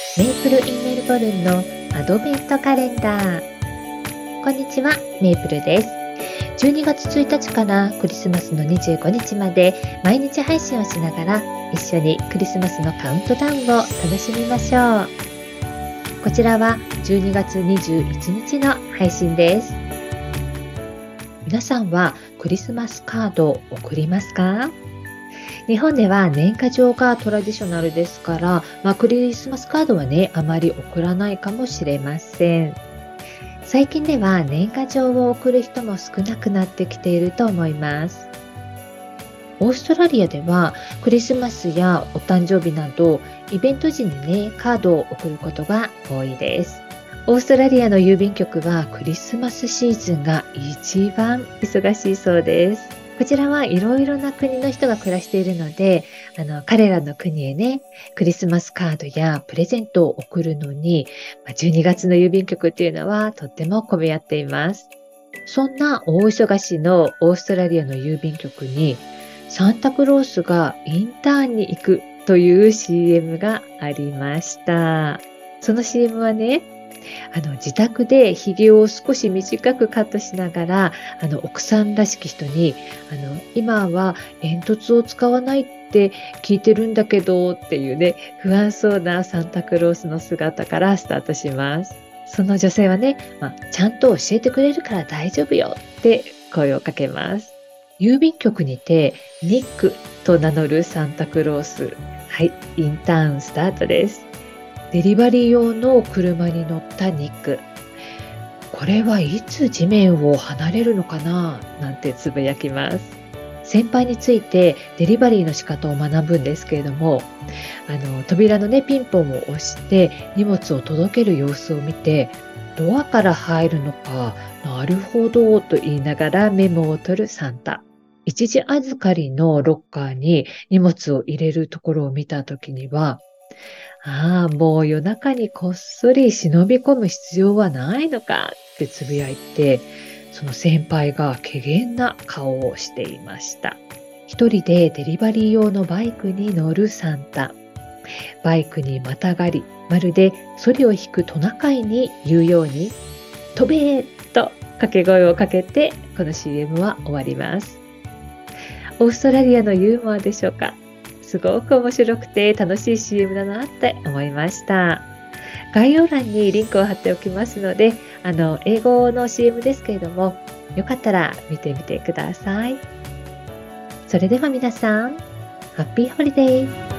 メイプルインメルボルンのアドベントカレンダー。こんにちは、メイプルです。12月1日からクリスマスの25日まで毎日配信をしながら一緒にクリスマスのカウントダウンを楽しみましょう。こちらは12月21日の配信です。皆さんはクリスマスカードを送りますか？日本では年賀状がトラディショナルですから、クリスマスカードはね、あまり送らないかもしれません。最近では年賀状を送る人も少なくなってきていると思います。オーストラリアではクリスマスやお誕生日などイベント時にね、カードを送ることが多いです。オーストラリアの郵便局はクリスマスシーズンが一番忙しいそうです。こちらはいろいろな国の人が暮らしているので、彼らの国へね、クリスマスカードやプレゼントを送るのに、12月の郵便局っていうのはとっても混み合っています。そんな大忙しのオーストラリアの郵便局に、サンタクロースがインターンに行くという CM がありました。その CM はね、自宅でひげを少し短くカットしながら、奥さんらしき人に、今は煙突を使わないって聞いてるんだけどっていうね、不安そうなサンタクロースの姿からスタートします。その女性はね、ちゃんと教えてくれるから大丈夫よって声をかけます。郵便局にてニックと名乗るサンタクロース。はい、インターンスタートです。デリバリー用の車に乗ったニック。これはいつ地面を離れるのかななんてつぶやきます。先輩についてデリバリーの仕方を学ぶんですけれども、扉のね、ピンポンを押して荷物を届ける様子を見て、ドアから入るのか、なるほどと言いながらメモを取るサンタ。一時預かりのロッカーに荷物を入れるところを見たときには、もう夜中にこっそり忍び込む必要はないのかってつぶやいて、その先輩が怪げな顔をしていました。一人でデリバリー用のバイクに乗るサンタ。バイクにまたがり、まるでソリを引くトナカイに言うように、飛べーと掛け声をかけて、この CM は終わります。オーストラリアのユーモアでしょうか。すごく面白くて楽しい CM だなって思いました。概要欄にリンクを貼っておきますので、英語の CM ですけれども、よかったら見てみてください。それでは皆さん、ハッピーホリデー。